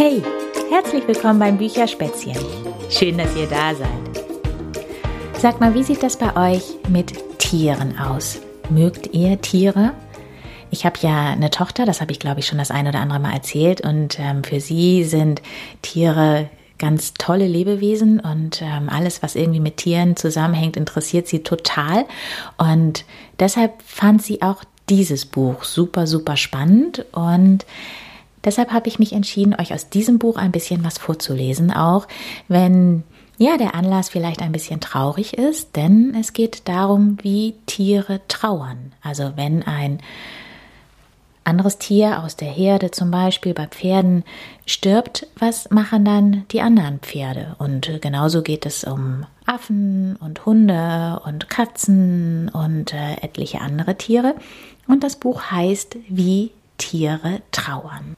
Hey, herzlich willkommen beim Bücherspätzchen. Schön, dass ihr da seid. Sag mal, wie sieht das bei euch mit Tieren aus? Mögt ihr Tiere? Ich habe ja eine Tochter, das habe ich glaube ich schon das ein oder andere Mal erzählt, und für sie sind Tiere ganz tolle Lebewesen und alles, was irgendwie mit Tieren zusammenhängt, interessiert sie total, und deshalb fand sie auch dieses Buch super, super spannend, und deshalb habe ich mich entschieden, euch aus diesem Buch ein bisschen was vorzulesen, auch wenn der Anlass vielleicht ein bisschen traurig ist, denn es geht darum, wie Tiere trauern. Also wenn ein anderes Tier aus der Herde, zum Beispiel bei Pferden, stirbt, was machen dann die anderen Pferde? Und genauso geht es um Affen und Hunde und Katzen und etliche andere Tiere. Und das Buch heißt Wie Tiere trauern.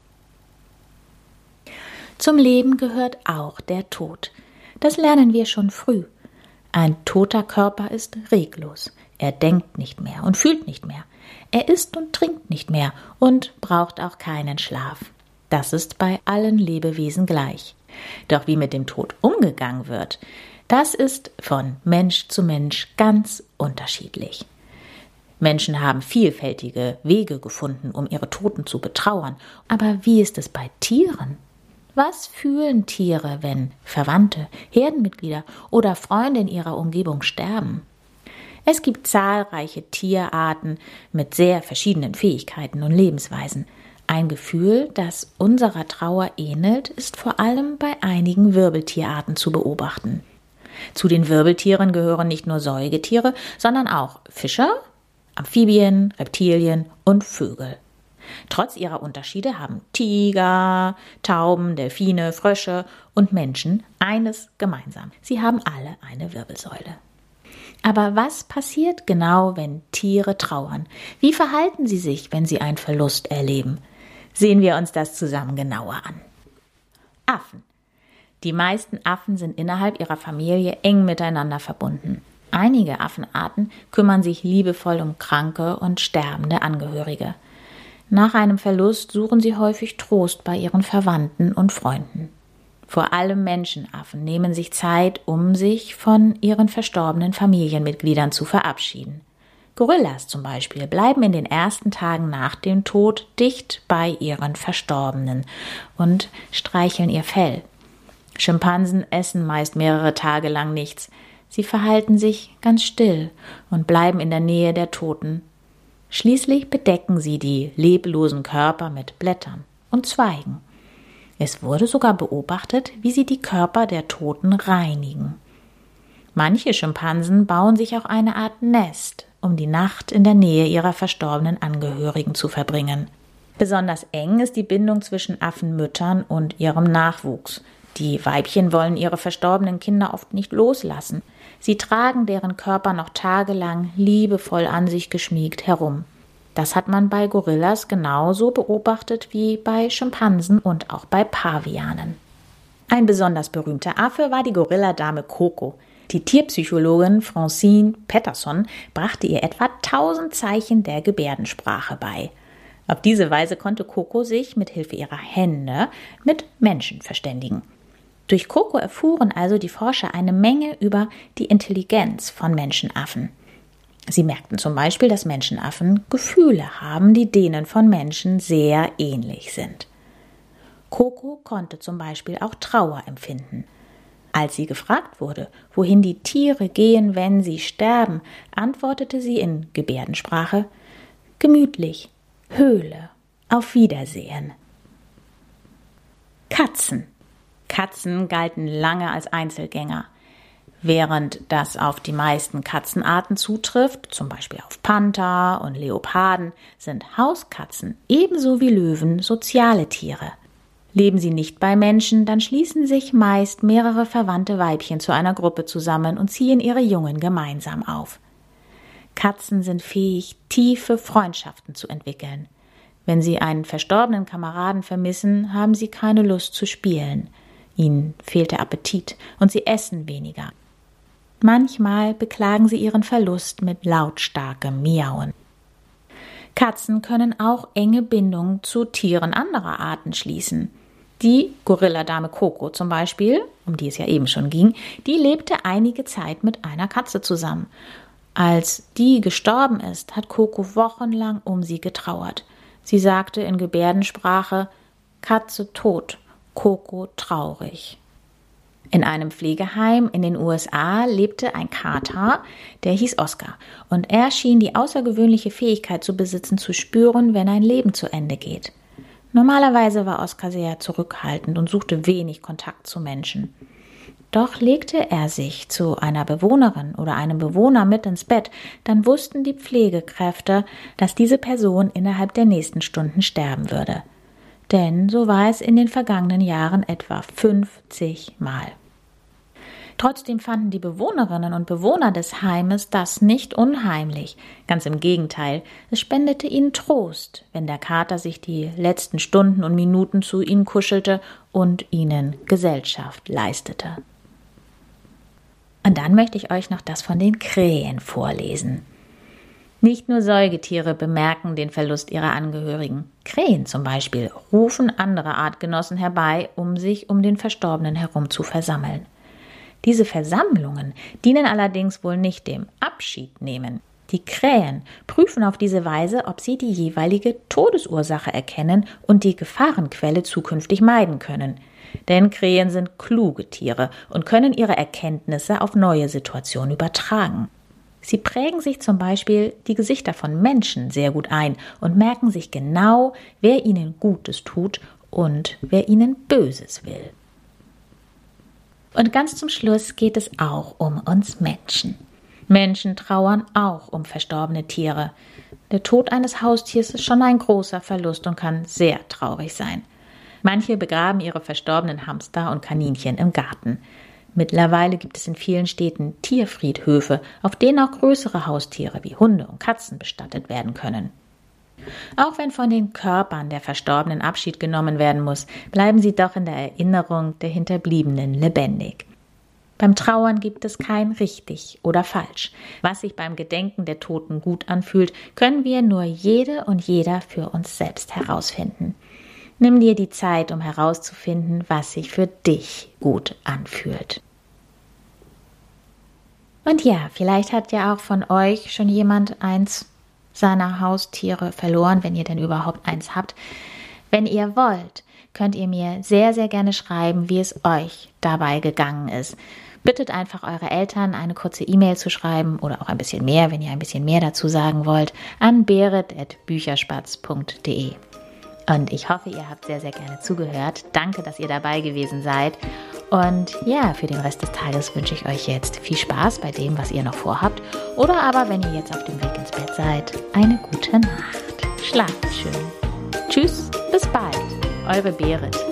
Zum Leben gehört auch der Tod. Das lernen wir schon früh. Ein toter Körper ist reglos. Er denkt nicht mehr und fühlt nicht mehr. Er isst und trinkt nicht mehr und braucht auch keinen Schlaf. Das ist bei allen Lebewesen gleich. Doch wie mit dem Tod umgegangen wird, das ist von Mensch zu Mensch ganz unterschiedlich. Menschen haben vielfältige Wege gefunden, um ihre Toten zu betrauern. Aber wie ist es bei Tieren? Was fühlen Tiere, wenn Verwandte, Herdenmitglieder oder Freunde in ihrer Umgebung sterben? Es gibt zahlreiche Tierarten mit sehr verschiedenen Fähigkeiten und Lebensweisen. Ein Gefühl, das unserer Trauer ähnelt, ist vor allem bei einigen Wirbeltierarten zu beobachten. Zu den Wirbeltieren gehören nicht nur Säugetiere, sondern auch Fische, Amphibien, Reptilien und Vögel. Trotz ihrer Unterschiede haben Tiger, Tauben, Delfine, Frösche und Menschen eines gemeinsam. Sie haben alle eine Wirbelsäule. Aber was passiert genau, wenn Tiere trauern? Wie verhalten sie sich, wenn sie einen Verlust erleben? Sehen wir uns das zusammen genauer an. Affen. Die meisten Affen sind innerhalb ihrer Familie eng miteinander verbunden. Einige Affenarten kümmern sich liebevoll um kranke und sterbende Angehörige. Nach einem Verlust suchen sie häufig Trost bei ihren Verwandten und Freunden. Vor allem Menschenaffen nehmen sich Zeit, um sich von ihren verstorbenen Familienmitgliedern zu verabschieden. Gorillas zum Beispiel bleiben in den ersten Tagen nach dem Tod dicht bei ihren Verstorbenen und streicheln ihr Fell. Schimpansen essen meist mehrere Tage lang nichts. Sie verhalten sich ganz still und bleiben in der Nähe der Toten. Schließlich bedecken sie die leblosen Körper mit Blättern und Zweigen. Es wurde sogar beobachtet, wie sie die Körper der Toten reinigen. Manche Schimpansen bauen sich auch eine Art Nest, um die Nacht in der Nähe ihrer verstorbenen Angehörigen zu verbringen. Besonders eng ist die Bindung zwischen Affenmüttern und ihrem Nachwuchs. Die Weibchen wollen ihre verstorbenen Kinder oft nicht loslassen. Sie tragen deren Körper noch tagelang liebevoll an sich geschmiegt herum. Das hat man bei Gorillas genauso beobachtet wie bei Schimpansen und auch bei Pavianen. Ein besonders berühmter Affe war die Gorilladame Coco. Die Tierpsychologin Francine Patterson brachte ihr etwa 1000 Zeichen der Gebärdensprache bei. Auf diese Weise konnte Coco sich mit Hilfe ihrer Hände mit Menschen verständigen. Durch Coco erfuhren also die Forscher eine Menge über die Intelligenz von Menschenaffen. Sie merkten zum Beispiel, dass Menschenaffen Gefühle haben, die denen von Menschen sehr ähnlich sind. Coco konnte zum Beispiel auch Trauer empfinden. Als sie gefragt wurde, wohin die Tiere gehen, wenn sie sterben, antwortete sie in Gebärdensprache: gemütlich, Höhle, auf Wiedersehen. Katzen. Katzen galten lange als Einzelgänger. Während das auf die meisten Katzenarten zutrifft, zum Beispiel auf Panther und Leoparden, sind Hauskatzen ebenso wie Löwen soziale Tiere. Leben sie nicht bei Menschen, dann schließen sich meist mehrere verwandte Weibchen zu einer Gruppe zusammen und ziehen ihre Jungen gemeinsam auf. Katzen sind fähig, tiefe Freundschaften zu entwickeln. Wenn sie einen verstorbenen Kameraden vermissen, haben sie keine Lust zu spielen. Ihnen fehlt der Appetit und sie essen weniger. Manchmal beklagen sie ihren Verlust mit lautstarkem Miauen. Katzen können auch enge Bindungen zu Tieren anderer Arten schließen. Die Gorilladame Coco zum Beispiel, um die es ja eben schon ging, die lebte einige Zeit mit einer Katze zusammen. Als die gestorben ist, hat Coco wochenlang um sie getrauert. Sie sagte in Gebärdensprache: Katze tot, Coco traurig. In einem Pflegeheim in den USA lebte ein Kater, der hieß Oscar. Und er schien die außergewöhnliche Fähigkeit zu besitzen, zu spüren, wenn ein Leben zu Ende geht. Normalerweise war Oscar sehr zurückhaltend und suchte wenig Kontakt zu Menschen. Doch legte er sich zu einer Bewohnerin oder einem Bewohner mit ins Bett, dann wussten die Pflegekräfte, dass diese Person innerhalb der nächsten Stunden sterben würde. Denn so war es in den vergangenen Jahren etwa 50 Mal. Trotzdem fanden die Bewohnerinnen und Bewohner des Heimes das nicht unheimlich. Ganz im Gegenteil, es spendete ihnen Trost, wenn der Kater sich die letzten Stunden und Minuten zu ihnen kuschelte und ihnen Gesellschaft leistete. Und dann möchte ich euch noch das von den Krähen vorlesen. Nicht nur Säugetiere bemerken den Verlust ihrer Angehörigen. Krähen zum Beispiel rufen andere Artgenossen herbei, um sich um den Verstorbenen herum zu versammeln. Diese Versammlungen dienen allerdings wohl nicht dem Abschiednehmen. Die Krähen prüfen auf diese Weise, ob sie die jeweilige Todesursache erkennen und die Gefahrenquelle zukünftig meiden können. Denn Krähen sind kluge Tiere und können ihre Erkenntnisse auf neue Situationen übertragen. Sie prägen sich zum Beispiel die Gesichter von Menschen sehr gut ein und merken sich genau, wer ihnen Gutes tut und wer ihnen Böses will. Und ganz zum Schluss geht es auch um uns Menschen. Menschen trauern auch um verstorbene Tiere. Der Tod eines Haustiers ist schon ein großer Verlust und kann sehr traurig sein. Manche begraben ihre verstorbenen Hamster und Kaninchen im Garten. Mittlerweile gibt es in vielen Städten Tierfriedhöfe, auf denen auch größere Haustiere wie Hunde und Katzen bestattet werden können. Auch wenn von den Körpern der Verstorbenen Abschied genommen werden muss, bleiben sie doch in der Erinnerung der Hinterbliebenen lebendig. Beim Trauern gibt es kein richtig oder falsch. Was sich beim Gedenken der Toten gut anfühlt, können wir nur jede und jeder für uns selbst herausfinden. Nimm dir die Zeit, um herauszufinden, was sich für dich gut anfühlt. Und ja, vielleicht hat ja auch von euch schon jemand eins seiner Haustiere verloren, wenn ihr denn überhaupt eins habt. Wenn ihr wollt, könnt ihr mir sehr, sehr gerne schreiben, wie es euch dabei gegangen ist. Bittet einfach eure Eltern, eine kurze E-Mail zu schreiben oder auch ein bisschen mehr, wenn ihr ein bisschen mehr dazu sagen wollt, an berit@bücherspatz.de. Und ich hoffe, ihr habt sehr, sehr gerne zugehört. Danke, dass ihr dabei gewesen seid. Und ja, für den Rest des Tages wünsche ich euch jetzt viel Spaß bei dem, was ihr noch vorhabt. Oder aber, wenn ihr jetzt auf dem Weg ins Bett seid, eine gute Nacht. Schlaft schön. Tschüss, bis bald. Eure Berit.